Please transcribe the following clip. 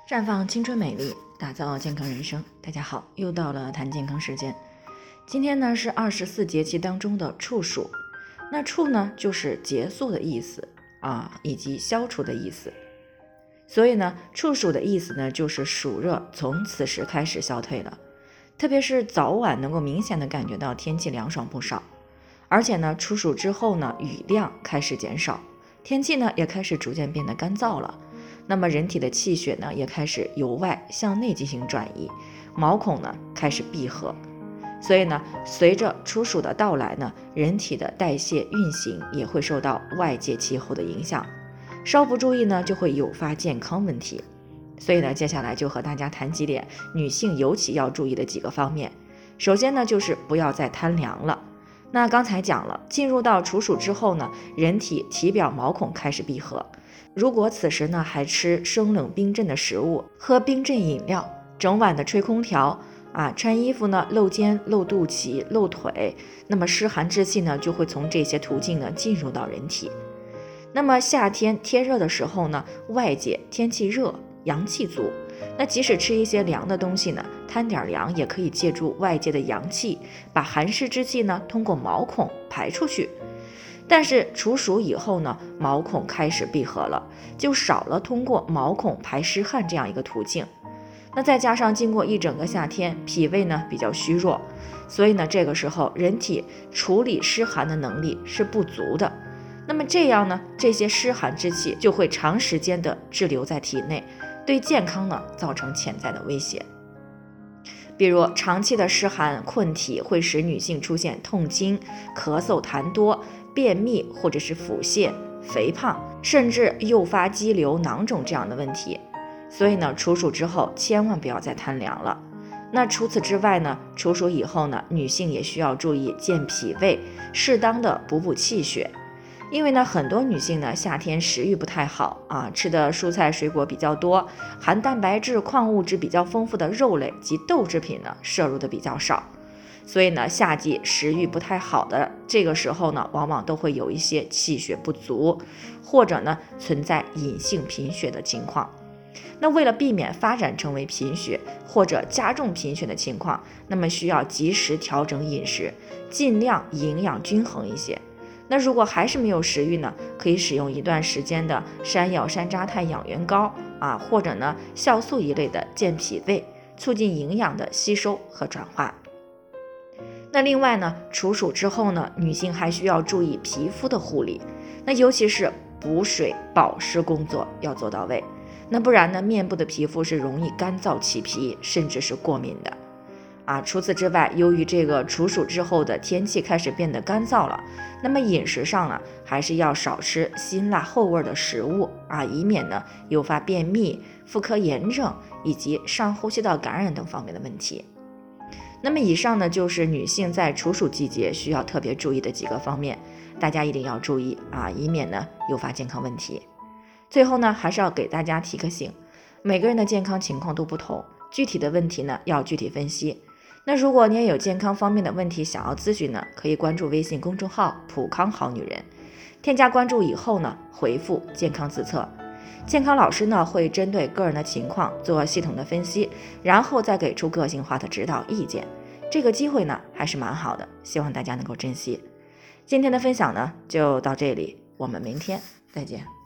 绽放青春美丽，打造健康人生。大家好，又到了谈健康时间。今天呢是24节气当中的处暑。那处呢就是结束的意思以及消除的意思。所以呢处暑的意思呢就是暑热从此时开始消退了，特别是早晚能够明显的感觉到天气凉爽不少。而且呢处暑之后呢雨量开始减少，天气呢也开始逐渐变得干燥了。那么人体的气血呢也开始由外向内进行转移，毛孔呢开始闭合。所以呢随着处暑的到来呢，人体的代谢运行也会受到外界气候的影响，稍不注意呢就会诱发健康问题。所以呢接下来就和大家谈几点女性尤其要注意的几个方面。首先呢就是不要再贪凉了。那刚才讲了，进入到处暑之后呢，人体体表毛孔开始闭合，如果此时呢还吃生冷冰镇的食物，喝冰镇饮料，整晚的吹空调穿衣服呢露肩露肚脐露腿，那么湿寒之气呢就会从这些途径呢进入到人体。那么夏天天热的时候呢，外界天气热，阳气足，那即使吃一些凉的东西呢，贪点凉也可以借助外界的阳气，把寒湿之气呢通过毛孔排出去。但是处暑以后呢，毛孔开始闭合了，就少了通过毛孔排湿汗这样一个途径。那再加上经过一整个夏天，脾胃呢比较虚弱，所以呢这个时候人体处理湿寒的能力是不足的。那么这样呢，这些湿寒之气就会长时间的滞留在体内，对健康呢造成潜在的威胁。比如长期的湿寒困体会使女性出现痛经、咳嗽痰多、便秘或者是腹泻、肥胖，甚至诱发肌瘤、囊肿这样的问题。所以呢处暑之后千万不要再贪凉了。那除此之外呢，处暑以后呢，女性也需要注意健脾胃，适当的补气血。因为呢很多女性呢夏天食欲不太好吃的蔬菜水果比较多，含蛋白质矿物质比较丰富的肉类及豆制品呢摄入的比较少，所以呢夏季食欲不太好的这个时候呢，往往都会有一些气血不足，或者呢存在隐性贫血的情况。那为了避免发展成为贫血或者加重贫血的情况，那么需要及时调整饮食，尽量营养均衡一些。那如果还是没有食欲呢，可以使用一段时间的山药山楂肽养元膏或者呢酵素一类的健脾胃，促进营养的吸收和转化。那另外呢，处暑之后呢，女性还需要注意皮肤的护理，那尤其是补水保湿工作要做到位，那不然呢，面部的皮肤是容易干燥起皮，甚至是过敏的。除此之外，由于这个处暑之后的天气开始变得干燥了，那么饮食上呢，还是要少吃辛辣厚味的食物以免呢诱发便秘、妇科炎症以及上呼吸道感染等方面的问题。那么以上呢就是女性在处暑季节需要特别注意的几个方面，大家一定要注意以免呢诱发健康问题。最后呢，还是要给大家提个醒，每个人的健康情况都不同，具体的问题呢要具体分析。那如果你也有健康方面的问题想要咨询呢，可以关注微信公众号普康好女人，添加关注以后呢，回复健康自测，健康老师呢会针对个人的情况做系统的分析，然后再给出个性化的指导意见。这个机会呢还是蛮好的，希望大家能够珍惜。今天的分享呢就到这里，我们明天再见。